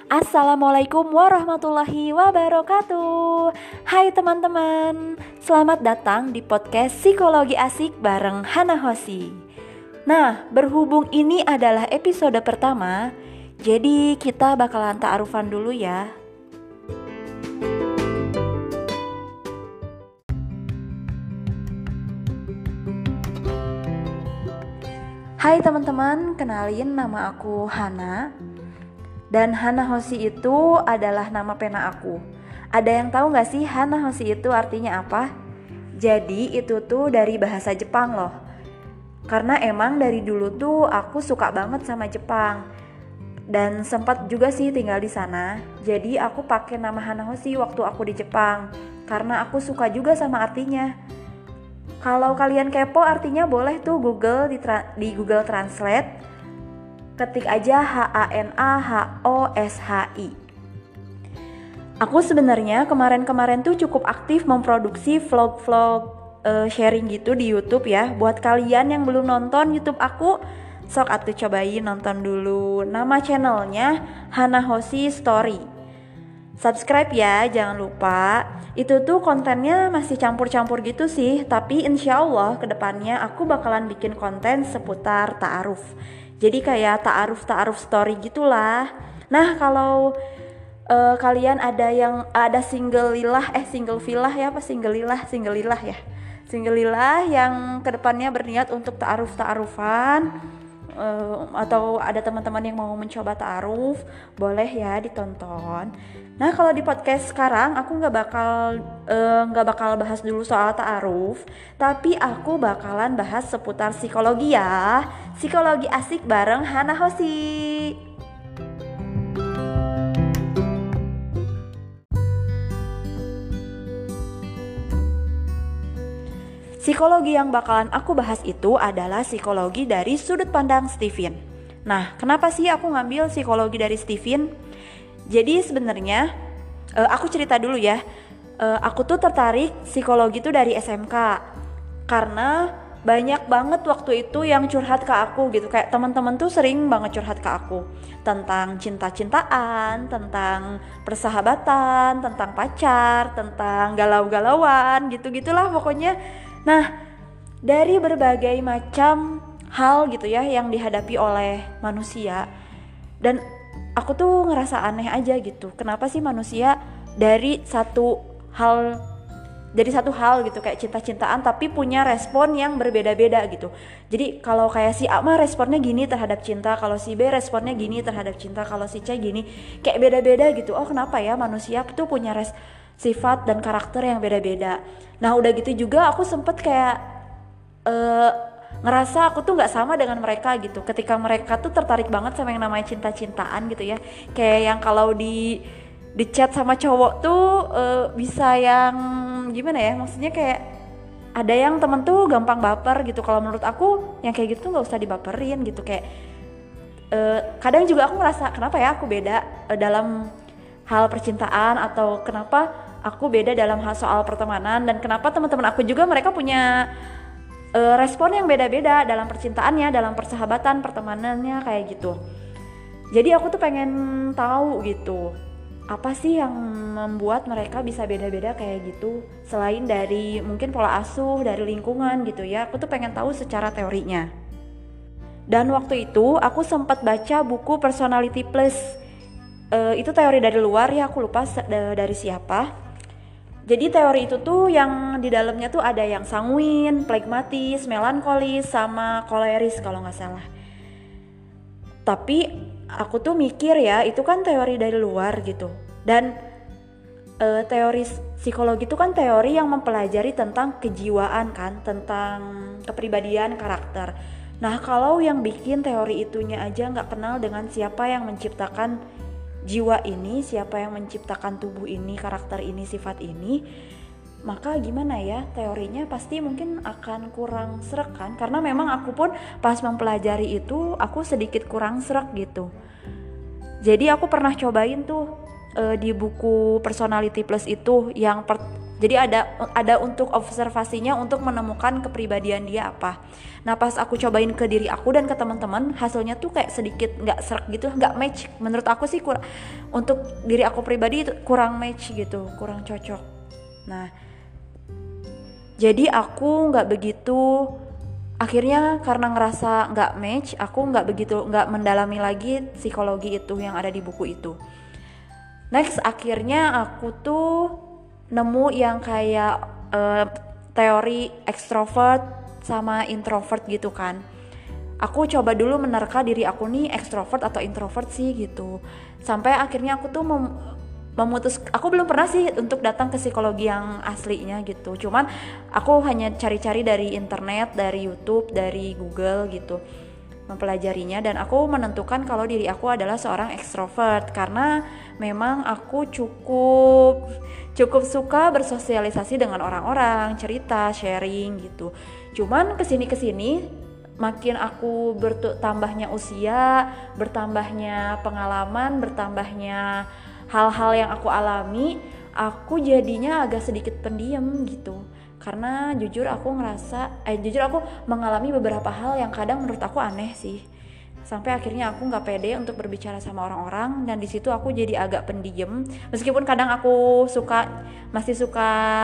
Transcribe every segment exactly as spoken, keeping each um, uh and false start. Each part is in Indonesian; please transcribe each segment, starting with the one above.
Assalamualaikum warahmatullahi wabarakatuh. Hai teman-teman, selamat datang di podcast Psikologi Asik bareng Hana Hosi. Nah, berhubung ini adalah episode pertama, jadi kita bakalan ta'arufan dulu ya. Hai teman-teman, kenalin nama aku Hana. Dan Hana Hosi itu adalah nama pena aku. Ada yang tahu gak sih Hana Hosi itu artinya apa? Jadi itu tuh dari bahasa Jepang loh. Karena emang dari dulu tuh aku suka banget sama Jepang. Dan sempat juga sih tinggal di sana. Jadi aku pakai nama Hana Hosi waktu aku di Jepang. Karena aku suka juga sama artinya. Kalau kalian kepo artinya boleh tuh Google di, tra- di Google Translate. Ketik aja H A N A H O S H I. Aku sebenarnya kemarin-kemarin tuh cukup aktif memproduksi vlog-vlog uh, sharing gitu di YouTube ya. Buat kalian yang belum nonton YouTube aku, sok atuh cobain nonton dulu. Nama channelnya Hana Hosi Story. Subscribe ya, jangan lupa. Itu tuh kontennya masih campur-campur gitu sih, tapi insya Allah kedepannya aku bakalan bikin konten seputar ta'aruf. Jadi kayak ta'aruf-ta'aruf story gitulah. Nah kalau uh, kalian ada yang ada single lilah, eh single filah ya apa single lilah, single lilah ya. Single lilah yang kedepannya berniat untuk ta'aruf-ta'arufan uh, atau ada teman-teman yang mau mencoba ta'aruf, boleh ya ditonton. Nah kalau di podcast sekarang aku nggak bakal nggak uh, bakal bahas dulu soal ta'aruf, tapi aku bakalan bahas seputar psikologi ya. Psikologi asik bareng Hana Hosi. Psikologi yang bakalan aku bahas itu adalah psikologi dari sudut pandang Stephen. Nah, kenapa sih aku ngambil psikologi dari Stephen? Jadi sebenarnya uh, aku cerita dulu ya. Uh, aku tuh tertarik psikologi tuh dari S M K karena banyak banget waktu itu yang curhat ke aku gitu. Kayak teman-teman tuh sering banget curhat ke aku tentang cinta-cintaan, tentang persahabatan, tentang pacar, tentang galau-galauan gitu-gitulah pokoknya. Nah, dari berbagai macam hal gitu ya yang dihadapi oleh manusia, dan aku tuh ngerasa aneh aja gitu. Kenapa sih manusia dari satu hal dari satu hal gitu kayak cinta-cintaan tapi punya respon yang berbeda-beda gitu. Jadi kalau kayak si A mah responnya gini terhadap cinta, kalau si B responnya gini terhadap cinta, kalau si C gini, kayak beda-beda gitu. Oh kenapa ya manusia tuh punya res sifat dan karakter yang beda-beda. Nah udah gitu juga aku sempet kayak uh, ngerasa aku tuh nggak sama dengan mereka gitu. Ketika mereka tuh tertarik banget sama yang namanya cinta-cintaan gitu ya. Kayak yang kalau di di chat sama cowok tuh uh, bisa yang gimana ya? Maksudnya kayak ada yang temen tuh gampang baper gitu. Kalau menurut aku yang kayak gitu nggak usah dibaperin gitu. Kayak uh, kadang juga aku ngerasa kenapa ya aku beda uh, dalam hal percintaan, atau kenapa aku beda dalam hal soal pertemanan, dan kenapa teman-teman aku juga mereka punya Uh, respon yang beda-beda dalam percintaannya, dalam persahabatan, pertemanannya kayak gitu. Jadi aku tuh pengen tahu gitu, apa sih yang membuat mereka bisa beda-beda kayak gitu, selain dari mungkin pola asuh, dari lingkungan gitu ya. Aku tuh pengen tahu secara teorinya. Dan waktu itu aku sempat baca buku Personality Plus. Uh, itu teori dari luar ya, aku lupa dari siapa. Jadi teori itu tuh yang di dalamnya tuh ada yang sanguin, flegmatis, melankolis, sama koleris kalau nggak salah. Tapi aku tuh mikir ya, itu kan teori dari luar gitu. Dan e, teori psikologi itu kan teori yang mempelajari tentang kejiwaan kan, tentang kepribadian, karakter. Nah kalau yang bikin teori itunya aja nggak kenal dengan siapa yang menciptakan jiwa ini, siapa yang menciptakan tubuh ini, karakter ini, sifat ini, maka gimana ya, teorinya pasti mungkin akan kurang srek kan. Karena memang aku pun pas mempelajari itu aku sedikit kurang srek gitu. Jadi aku pernah cobain tuh e, di buku Personality Plus itu yang per, Jadi ada ada untuk observasinya untuk menemukan kepribadian dia apa. Nah pas aku cobain ke diri aku dan ke teman-teman, hasilnya tuh kayak sedikit nggak serak gitu, nggak match. Menurut aku sih kur- untuk diri aku pribadi itu kurang match gitu, kurang cocok. Nah jadi aku nggak begitu, akhirnya karena ngerasa nggak match, aku nggak begitu nggak mendalami lagi psikologi itu yang ada di buku itu. Next akhirnya aku tuh nemu yang kayak uh, teori extrovert sama introvert gitu kan. Aku coba dulu menerka diri aku nih extrovert atau introvert sih gitu. Sampai akhirnya aku tuh mem- memutus, aku belum pernah sih untuk datang ke psikologi yang aslinya gitu. Cuman aku hanya cari-cari dari internet, dari YouTube, dari Google gitu, mempelajarinya, dan aku menentukan kalau diri aku adalah seorang ekstrovert karena memang aku cukup cukup suka bersosialisasi dengan orang-orang, cerita, sharing gitu. Cuman kesini kesini makin aku bertambahnya usia, bertambahnya pengalaman, bertambahnya hal-hal yang aku alami, aku jadinya agak sedikit pendiam gitu. Karena jujur aku ngerasa, eh jujur aku mengalami beberapa hal yang kadang menurut aku aneh sih. Sampai akhirnya aku nggak pede untuk berbicara sama orang-orang, dan di situ aku jadi agak pendiam. Meskipun kadang aku suka, masih suka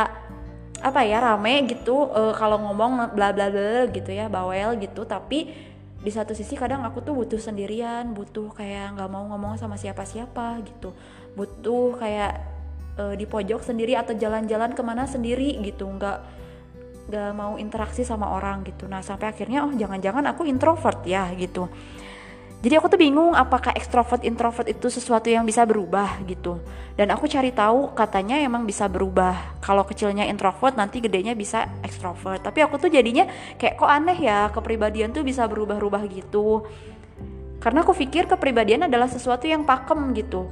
apa ya, rame gitu, uh, kalau ngomong bla bla bla gitu ya, bawel gitu. Tapi di satu sisi kadang aku tuh butuh sendirian, butuh kayak nggak mau ngomong sama siapa-siapa gitu, butuh kayak Uh, di pojok sendiri atau jalan-jalan kemana sendiri gitu, nggak nggak mau interaksi sama orang gitu. Nah sampai akhirnya oh jangan-jangan aku introvert ya gitu. Jadi aku tuh bingung apakah extrovert introvert itu sesuatu yang bisa berubah gitu. Dan aku cari tahu katanya emang bisa berubah. Kalau kecilnya introvert nanti gedenya bisa extrovert. Tapi aku tuh jadinya kayak kok aneh ya, kepribadian tuh bisa berubah-ubah gitu. Karena aku pikir kepribadian adalah sesuatu yang pakem gitu.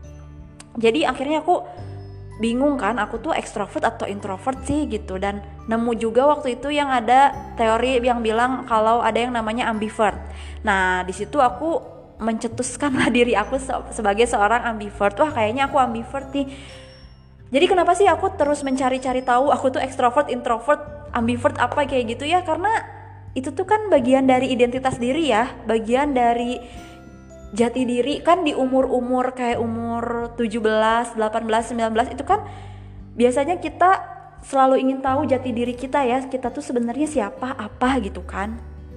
Jadi akhirnya aku bingung kan, aku tuh ekstrovert atau introvert sih gitu. Dan nemu juga waktu itu yang ada teori yang bilang kalau ada yang namanya ambivert. Nah di situ aku mencetuskan lah diri aku se- sebagai seorang ambivert. Wah kayaknya aku ambivert nih. Jadi kenapa sih aku terus mencari-cari tahu aku tuh ekstrovert, introvert, ambivert apa kayak gitu ya, karena itu tuh kan bagian dari identitas diri ya, bagian dari jati diri kan. Di umur-umur kayak umur tujuh belas, delapan belas, sembilan belas itu kan biasanya kita selalu ingin tahu jati diri kita ya, kita tuh sebenarnya siapa, apa gitu kan.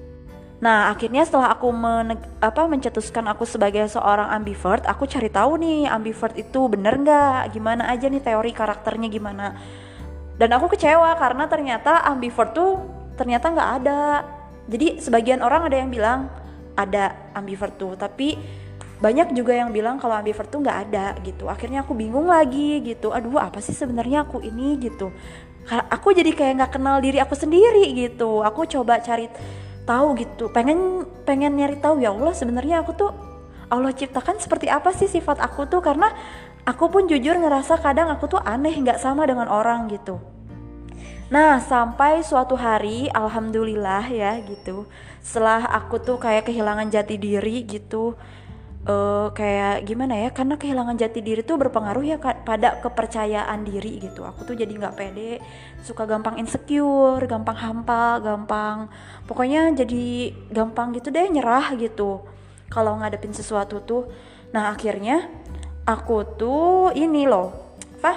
Nah akhirnya setelah aku men- apa, mencetuskan aku sebagai seorang ambivert, aku cari tahu nih ambivert itu bener nggak, gimana aja nih teori karakternya gimana. Dan aku kecewa karena ternyata ambivert tuh ternyata nggak ada. Jadi sebagian orang ada yang bilang ada ambivert tuh, tapi banyak juga yang bilang kalau ambivert tuh nggak ada gitu. Akhirnya aku bingung lagi gitu, aduh apa sih sebenarnya aku ini gitu. Aku jadi kayak nggak kenal diri aku sendiri gitu. Aku coba cari tahu gitu, pengen pengen nyari tahu ya Allah sebenarnya aku tuh Allah ciptakan seperti apa sih sifat aku tuh, karena aku pun jujur ngerasa kadang aku tuh aneh, nggak sama dengan orang gitu. Nah sampai suatu hari alhamdulillah ya gitu, setelah aku tuh kayak kehilangan jati diri gitu, uh, kayak gimana ya, karena kehilangan jati diri tuh berpengaruh ya pada kepercayaan diri gitu. Aku tuh jadi nggak pede, suka gampang insecure, gampang hampa, gampang pokoknya jadi gampang gitu deh nyerah gitu kalau ngadepin sesuatu tuh. Nah akhirnya aku tuh ini loh apa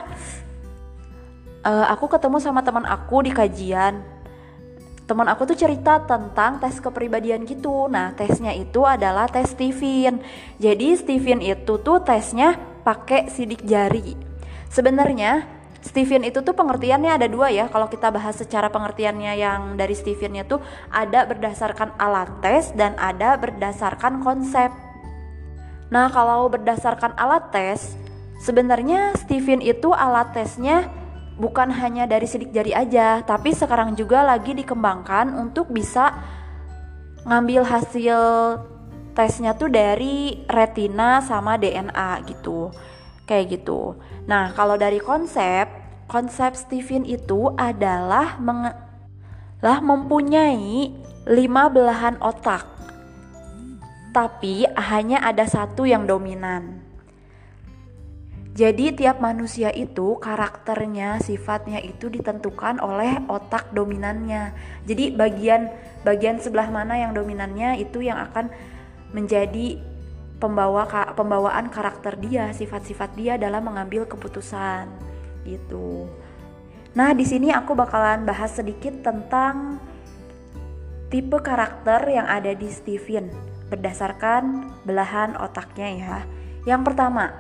uh, aku ketemu sama teman aku di kajian. Teman aku tuh cerita tentang tes kepribadian gitu. Nah tesnya itu adalah tes Stephen. Jadi Stephen itu tuh tesnya pakai sidik jari. Sebenarnya Stephen itu tuh pengertiannya ada dua ya. Kalau kita bahas secara pengertiannya yang dari Stephennya tuh ada berdasarkan alat tes dan ada berdasarkan konsep. Nah kalau berdasarkan alat tes, sebenarnya Stephen itu alat tesnya bukan hanya dari sidik jari aja, tapi sekarang juga lagi dikembangkan untuk bisa ngambil hasil tesnya tuh dari retina sama D N A gitu, kayak gitu. Nah kalau dari konsep, konsep Stephen itu adalah menge- lah mempunyai lima belahan otak, tapi hanya ada satu yang dominan. Jadi tiap manusia itu karakternya, sifatnya itu ditentukan oleh otak dominannya. Jadi bagian bagian sebelah mana yang dominannya itu yang akan menjadi pembawa pembawaan karakter dia, sifat-sifat dia dalam mengambil keputusan gitu. Nah, di sini aku bakalan bahas sedikit tentang tipe karakter yang ada di Stephen berdasarkan belahan otaknya ya. Yang pertama,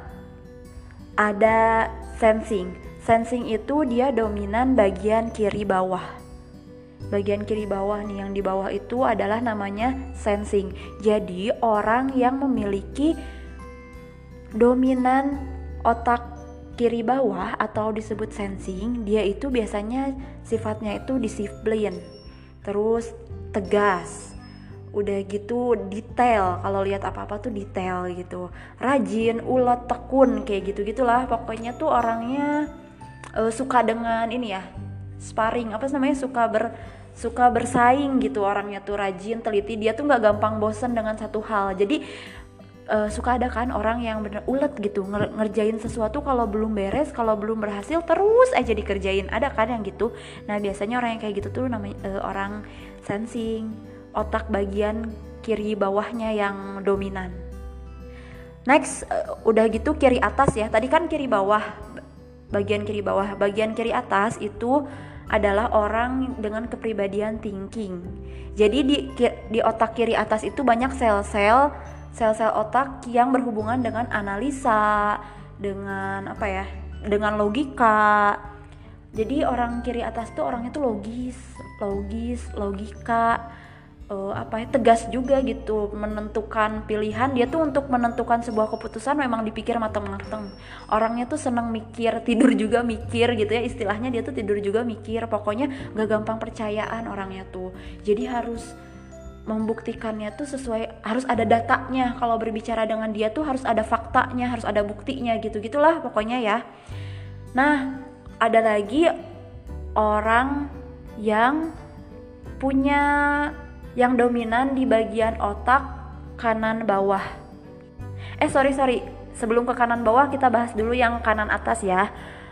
ada sensing. Sensing itu dia dominan bagian kiri bawah. Bagian kiri bawah nih, yang di bawah itu adalah namanya sensing. Jadi orang yang memiliki dominan otak kiri bawah atau disebut sensing, dia itu biasanya sifatnya itu disiplin, terus tegas, udah gitu detail, kalau lihat apa-apa tuh detail gitu, rajin, ulet, tekun, kayak gitu-gitulah. Pokoknya tuh orangnya uh, suka dengan ini ya, sparring, apa namanya, suka ber suka bersaing gitu. Orangnya tuh rajin, teliti, dia tuh nggak gampang bosen dengan satu hal. Jadi uh, suka ada kan orang yang bener ulet gitu, nger- ngerjain sesuatu, kalau belum beres, kalau belum berhasil terus aja dikerjain. Ada kan yang gitu. Nah, biasanya orang yang kayak gitu tuh namanya uh, orang sensing, otak bagian kiri bawahnya yang dominan. Next, uh, udah gitu kiri atas ya. Tadi kan kiri bawah, bagian kiri bawah. Bagian kiri atas itu adalah orang dengan kepribadian thinking. Jadi di di otak kiri atas itu banyak sel-sel sel-sel otak yang berhubungan dengan analisa, dengan apa ya? Dengan logika. Jadi orang kiri atas tuh orangnya tuh logis, logis, logika. Uh, apa ya, tegas juga gitu menentukan pilihan. Dia tuh untuk menentukan sebuah keputusan memang dipikir matang-matang. Orangnya tuh senang mikir, tidur juga mikir gitu ya, istilahnya dia tuh tidur juga mikir. Pokoknya gak gampang percayaan orangnya tuh. Jadi harus membuktikannya tuh sesuai, harus ada datanya. Kalau berbicara dengan dia tuh harus ada faktanya, harus ada buktinya, gitu-gitulah pokoknya ya. Nah, ada lagi orang yang punya yang dominan di bagian otak kanan bawah. Eh sorry sorry, sebelum ke kanan bawah kita bahas dulu yang kanan atas ya.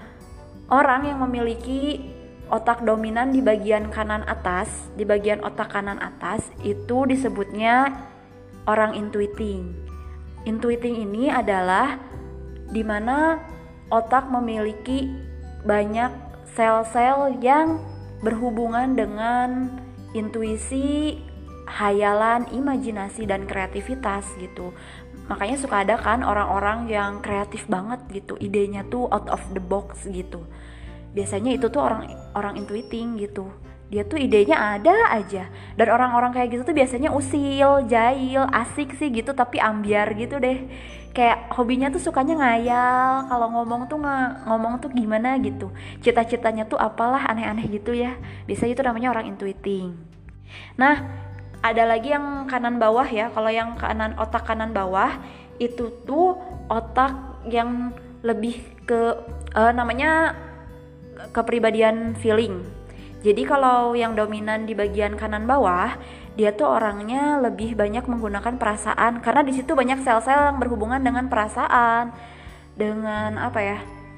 Orang yang memiliki otak dominan di bagian kanan atas, di bagian otak kanan atas itu disebutnya orang intuiting. Intuiting ini adalah dimana otak memiliki banyak sel-sel yang berhubungan dengan intuisi, hayalan, imajinasi, dan kreativitas gitu. Makanya suka ada kan orang-orang yang kreatif banget gitu, idenya tuh out of the box gitu. Biasanya itu tuh orang orang intuiting gitu. Dia tuh idenya ada aja. Dan orang-orang kayak gitu tuh biasanya usil, jahil, asik sih gitu, tapi ambiar gitu deh. Kayak hobinya tuh sukanya ngayal, kalau ngomong tuh nge- ngomong tuh gimana gitu. Cita-citanya tuh apalah aneh-aneh gitu ya. Biasanya itu namanya orang intuiting. Nah, ada lagi yang kanan bawah ya. Kalau yang kanan, otak kanan bawah itu tuh otak yang lebih ke uh, namanya kepribadian feeling. Jadi kalau yang dominan di bagian kanan bawah, dia tuh orangnya lebih banyak menggunakan perasaan, karena di situ banyak sel-sel yang berhubungan dengan perasaan, dengan apa ya?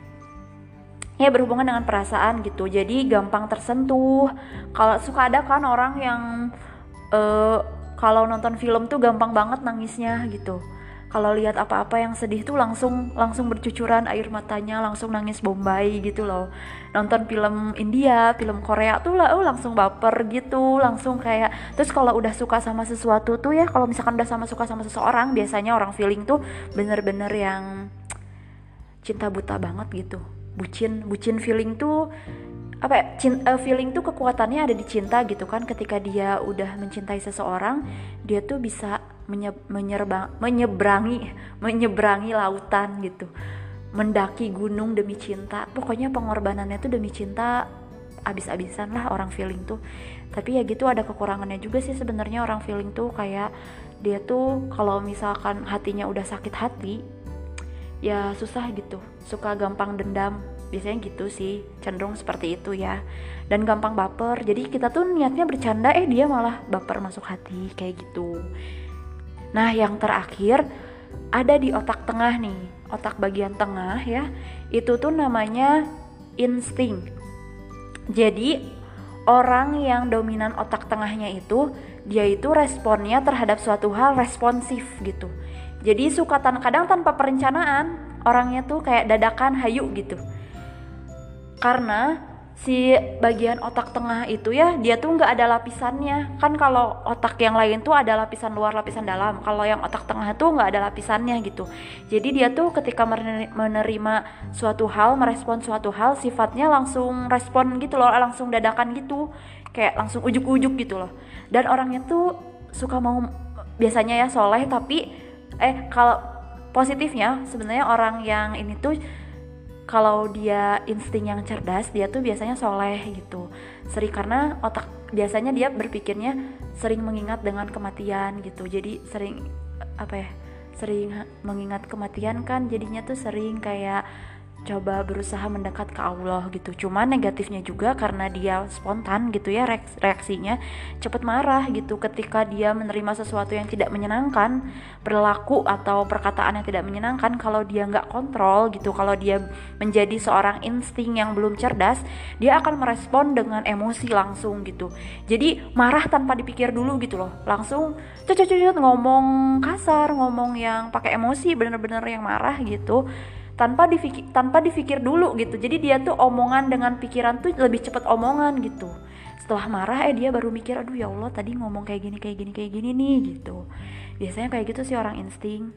Ya berhubungan dengan perasaan gitu. Jadi gampang tersentuh. Kalau suka ada kan orang yang Uh, kalau nonton film tuh gampang banget nangisnya gitu. Kalau lihat apa-apa yang sedih tuh langsung langsung bercucuran air matanya, langsung nangis bombay gitu loh. Nonton film India, film Korea tuh lah, oh, langsung baper gitu, langsung kayak. Terus kalau udah suka sama sesuatu tuh ya, kalau misalkan udah sama suka sama seseorang, biasanya orang feeling tuh bener-bener yang cinta buta banget gitu. Bucin, bucin feeling tuh apa ya, cinta, uh, feeling tuh kekuatannya ada di cinta gitu kan. Ketika dia udah mencintai seseorang, dia tuh bisa menye- menyerba- menyeberangi menyeberangi lautan gitu, mendaki gunung demi cinta. Pokoknya pengorbanannya tuh demi cinta abis-abisan lah orang feeling tuh. Tapi ya gitu, ada kekurangannya juga sih sebenarnya orang feeling tuh. Kayak dia tuh kalau misalkan hatinya udah sakit hati, ya susah gitu, suka gampang dendam. Biasanya gitu sih, cenderung seperti itu ya. Dan gampang baper. Jadi kita tuh niatnya bercanda, eh dia malah baper masuk hati kayak gitu. Nah, yang terakhir ada di otak tengah nih, otak bagian tengah ya. Itu tuh namanya insting. Jadi orang yang dominan otak tengahnya itu, dia itu responnya terhadap suatu hal responsif gitu. Jadi suka tan- kadang tanpa perencanaan, orangnya tuh kayak dadakan hayu gitu. Karena si bagian otak tengah itu ya, dia tuh nggak ada lapisannya. Kan kalau otak yang lain tuh ada lapisan luar, lapisan dalam. Kalau yang otak tengah tuh nggak ada lapisannya gitu. Jadi dia tuh ketika menerima suatu hal, merespon suatu hal, sifatnya langsung respon gitu loh, langsung dadakan gitu, kayak langsung ujuk-ujuk gitu loh. Dan orangnya tuh suka mau, biasanya ya soleh, tapi eh kalau positifnya sebenarnya orang yang ini tuh, kalau dia insting yang cerdas, dia tuh biasanya soleh gitu. Sering, karena otak biasanya dia berpikirnya sering mengingat dengan kematian gitu. Jadi sering apa ya? Sering mengingat kematian kan, jadinya tuh sering kayak coba berusaha mendekat ke Allah gitu. Cuman negatifnya juga karena dia spontan gitu ya, reaksinya cepet marah gitu ketika dia menerima sesuatu yang tidak menyenangkan, perilaku atau perkataan yang tidak menyenangkan. Kalau dia nggak kontrol gitu, kalau dia menjadi seorang insting yang belum cerdas, dia akan merespon dengan emosi langsung gitu. Jadi marah tanpa dipikir dulu gitu loh, langsung cucut-cucut ngomong kasar, ngomong yang pakai emosi, bener-bener yang marah gitu, tanpa dipikir, tanpa dipikir dulu gitu. Jadi dia tuh omongan dengan pikiran tuh lebih cepet omongan gitu. Setelah marah eh dia baru mikir, aduh ya Allah tadi ngomong kayak gini kayak gini kayak gini nih gitu. Biasanya kayak gitu sih orang insting.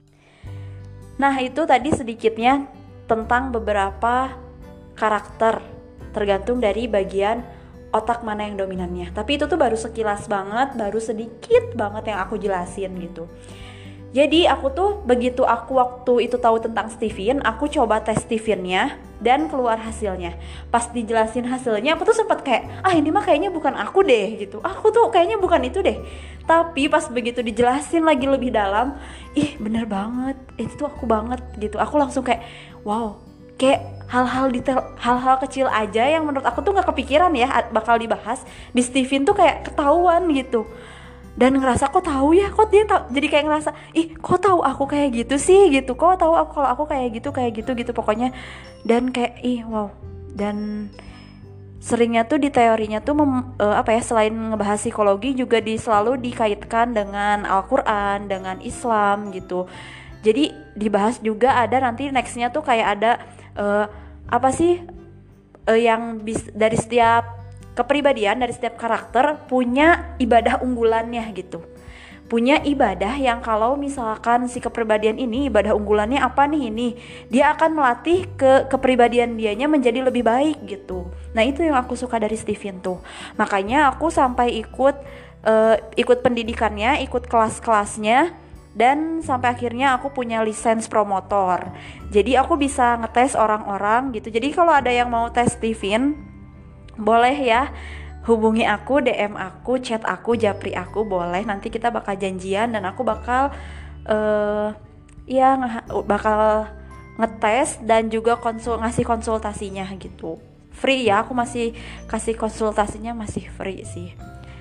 Nah itu tadi sedikitnya tentang beberapa karakter, tergantung dari bagian otak mana yang dominannya. Tapi itu tuh baru sekilas banget, baru sedikit banget yang aku jelasin gitu. Jadi aku tuh begitu aku waktu itu tahu tentang Stephen, aku coba tes Stephen-nya dan keluar hasilnya. Pas dijelasin hasilnya, aku tuh sempat kayak, ah ini mah kayaknya bukan aku deh gitu. Aku tuh kayaknya bukan itu deh. Tapi pas begitu dijelasin lagi lebih dalam, ih bener banget, itu tuh aku banget gitu. Aku langsung kayak, wow, kayak hal-hal detail, hal-hal kecil aja yang menurut aku tuh nggak kepikiran ya bakal dibahas di Stephen tuh kayak ketahuan gitu. Dan ngerasa kok tahu ya, kok dia tahu, jadi kayak ngerasa ih kok tahu aku kayak gitu sih gitu, kok tahu aku kalau aku kayak gitu kayak gitu gitu pokoknya. Dan kayak ih wow. Dan seringnya tuh di teorinya tuh mem, uh, apa ya, selain ngebahas psikologi juga di, selalu dikaitkan dengan Al-Quran, dengan Islam gitu. Jadi dibahas juga, ada nanti nextnya tuh kayak ada uh, apa sih uh, yang bis, dari setiap kepribadian, dari setiap karakter punya ibadah unggulannya gitu. Punya ibadah yang kalau misalkan si kepribadian ini ibadah unggulannya apa nih ini, dia akan melatih ke kepribadian dianya menjadi lebih baik gitu. Nah itu yang aku suka dari Stephen tuh. Makanya aku sampai ikut uh, ikut pendidikannya, ikut kelas-kelasnya, dan sampai akhirnya aku punya lisensi promotor. Jadi aku bisa ngetes orang-orang gitu. Jadi kalau ada yang mau tes Stephen, boleh ya hubungi aku, D M aku, chat aku, japri aku, boleh. Nanti kita bakal janjian dan aku bakal uh, ya nge- bakal ngetes dan juga konsul ngasih konsultasinya gitu. Free ya, aku masih kasih konsultasinya masih free sih.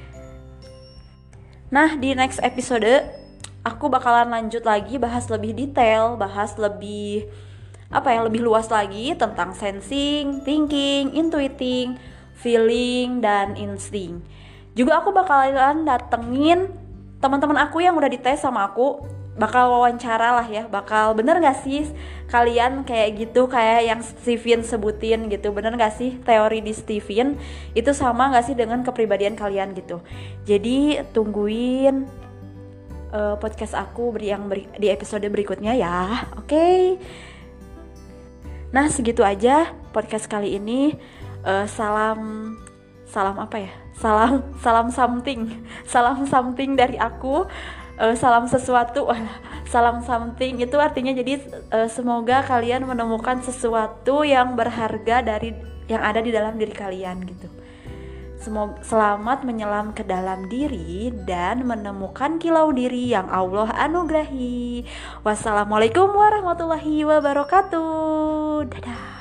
Nah, di next episode aku bakalan lanjut lagi bahas lebih detail, bahas lebih apa ya, lebih luas lagi tentang sensing, thinking, intuiting, feeling, dan insting. Juga aku bakalan datengin teman-teman aku yang udah dites sama aku, bakal wawancara lah ya, bakal bener gak sih kalian kayak gitu, kayak yang Stephen sebutin gitu, bener gak sih teori di Stephen itu sama gak sih dengan kepribadian kalian gitu. Jadi tungguin uh, podcast aku beri yang beri, di episode berikutnya ya. Oke okay? Nah segitu aja podcast kali ini. Uh, salam salam apa ya salam salam something salam something dari aku, uh, salam sesuatu, salam something itu artinya jadi uh, semoga kalian menemukan sesuatu yang berharga dari yang ada di dalam diri kalian gitu. Semoga selamat menyelam ke dalam diri dan menemukan kilau diri yang Allah anugerahi. Wassalamualaikum warahmatullahi wabarakatuh. Dadah.